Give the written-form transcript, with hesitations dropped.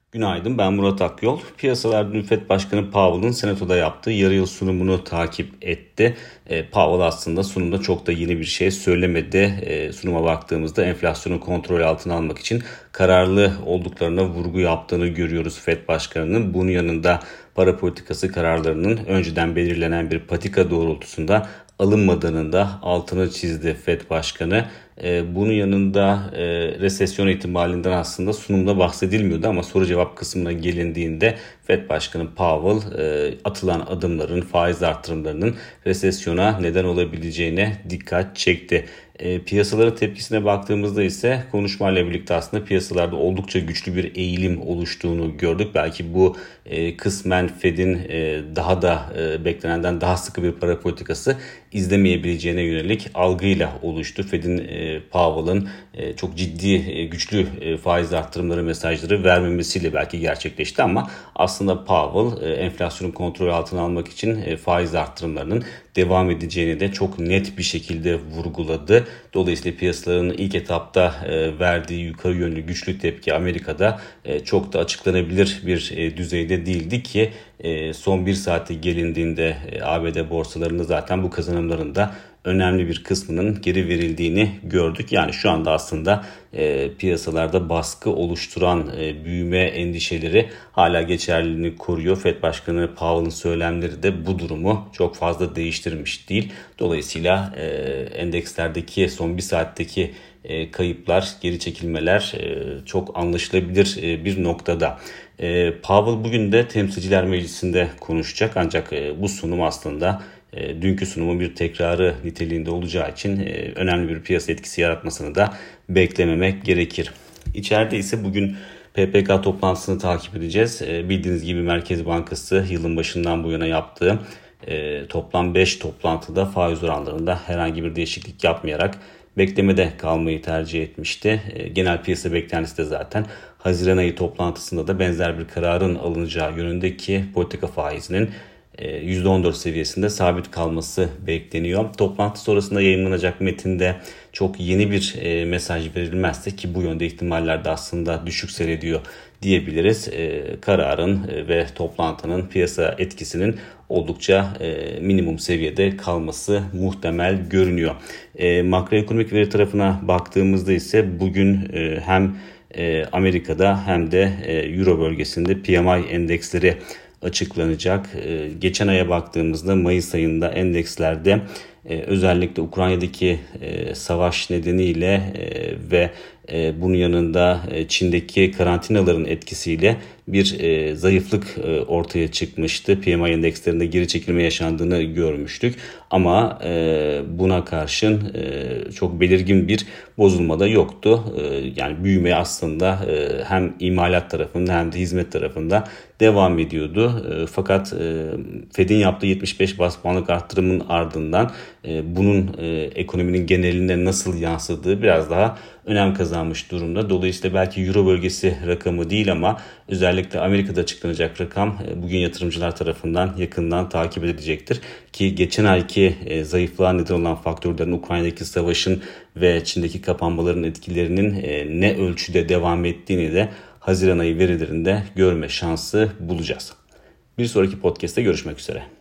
Günaydın, ben Murat Akyol. Piyasalar dün FED Başkanı Powell'ın Senato'da yaptığı yarı yıl sunumunu takip etti. Powell aslında sunumda çok da yeni bir şey söylemedi. Sunuma baktığımızda enflasyonu kontrol altına almak için kararlı olduklarına vurgu yaptığını görüyoruz FED Başkanı'nın. Bunun yanında para politikası kararlarının önceden belirlenen bir patika doğrultusunda alınmadığının da altını çizdi FED Başkanı. Bunun yanında resesyon ihtimalinden aslında sunumda bahsedilmiyordu ama soru cevap kısmına gelindiğinde FED Başkanı Powell atılan adımların, faiz artırımlarının resesyona neden olabileceğine dikkat çekti. Piyasaların tepkisine baktığımızda ise konuşmayla birlikte aslında piyasalarda oldukça güçlü bir eğilim oluştuğunu gördük. Belki bu kısmen Fed'in daha da beklenenden daha sıkı bir para politikası izlemeyebileceğine yönelik algıyla oluştu. Fed'in Powell'ın çok ciddi güçlü faiz artırımları mesajları vermemesiyle belki gerçekleşti ama aslında Powell enflasyonu kontrol altına almak için faiz artırımlarının devam edeceğini de çok net bir şekilde vurguladı. Dolayısıyla piyasaların ilk etapta verdiği yukarı yönlü güçlü tepki Amerika'da çok da açıklanabilir bir düzeyde değildi ki son bir saate gelindiğinde ABD borsalarında zaten bu kazanımların da önemli bir kısmının geri verildiğini gördük. Yani şu anda aslında piyasalarda baskı oluşturan büyüme endişeleri hala geçerliliğini koruyor. FED Başkanı Powell'ın söylemleri de bu durumu çok fazla değiştirmiş değil. Dolayısıyla endekslerdeki son bir saatteki kayıplar, geri çekilmeler çok anlaşılabilir bir noktada. Powell bugün de Temsilciler Meclisi'nde konuşacak ancak bu sunum aslında dünkü sunumun bir tekrarı niteliğinde olacağı için önemli bir piyasa etkisi yaratmasını da beklememek gerekir. İçeride ise bugün PPK toplantısını takip edeceğiz. Bildiğiniz gibi Merkez Bankası yılın başından bu yana yaptığı toplam 5 toplantıda faiz oranlarında herhangi bir değişiklik yapmayarak beklemede kalmayı tercih etmişti. Genel piyasa beklentisi de zaten Haziran ayı toplantısında da benzer bir kararın alınacağı yönündeki politika faizinin %14 seviyesinde sabit kalması bekleniyor. Toplantı sonrasında yayınlanacak metinde çok yeni bir mesaj verilmezse ki bu yönde ihtimaller de aslında düşük seyrediyor diyebiliriz. Kararın ve toplantının piyasa etkisinin oldukça minimum seviyede kalması muhtemel görünüyor. Makroekonomik veri tarafına baktığımızda ise bugün hem Amerika'da hem de Euro bölgesinde PMI endeksleri açıklanacak. Geçen aya baktığımızda Mayıs ayında endekslerde özellikle Ukrayna'daki savaş nedeniyle ve bunun yanında Çin'deki karantinaların etkisiyle bir zayıflık ortaya çıkmıştı. PMI endekslerinde geri çekilme yaşandığını görmüştük. Ama buna karşın çok belirgin bir bozulma da yoktu. Yani büyüme aslında hem imalat tarafında hem de hizmet tarafında devam ediyordu. Fakat Fed'in yaptığı 75 bas puanlık arttırımın ardından bunun ekonominin geneline nasıl yansıdığı biraz daha önem kazanmış durumda. Dolayısıyla belki Euro bölgesi rakamı değil ama özellikle Amerika'da açıklanacak rakam bugün yatırımcılar tarafından yakından takip edilecektir. Ki geçen ayki zayıflığa neden olan faktörlerin Ukrayna'daki savaşın ve Çin'deki kapanmaların etkilerinin ne ölçüde devam ettiğini de Haziran ayı verilerinde görme şansı bulacağız. Bir sonraki podcast'te görüşmek üzere.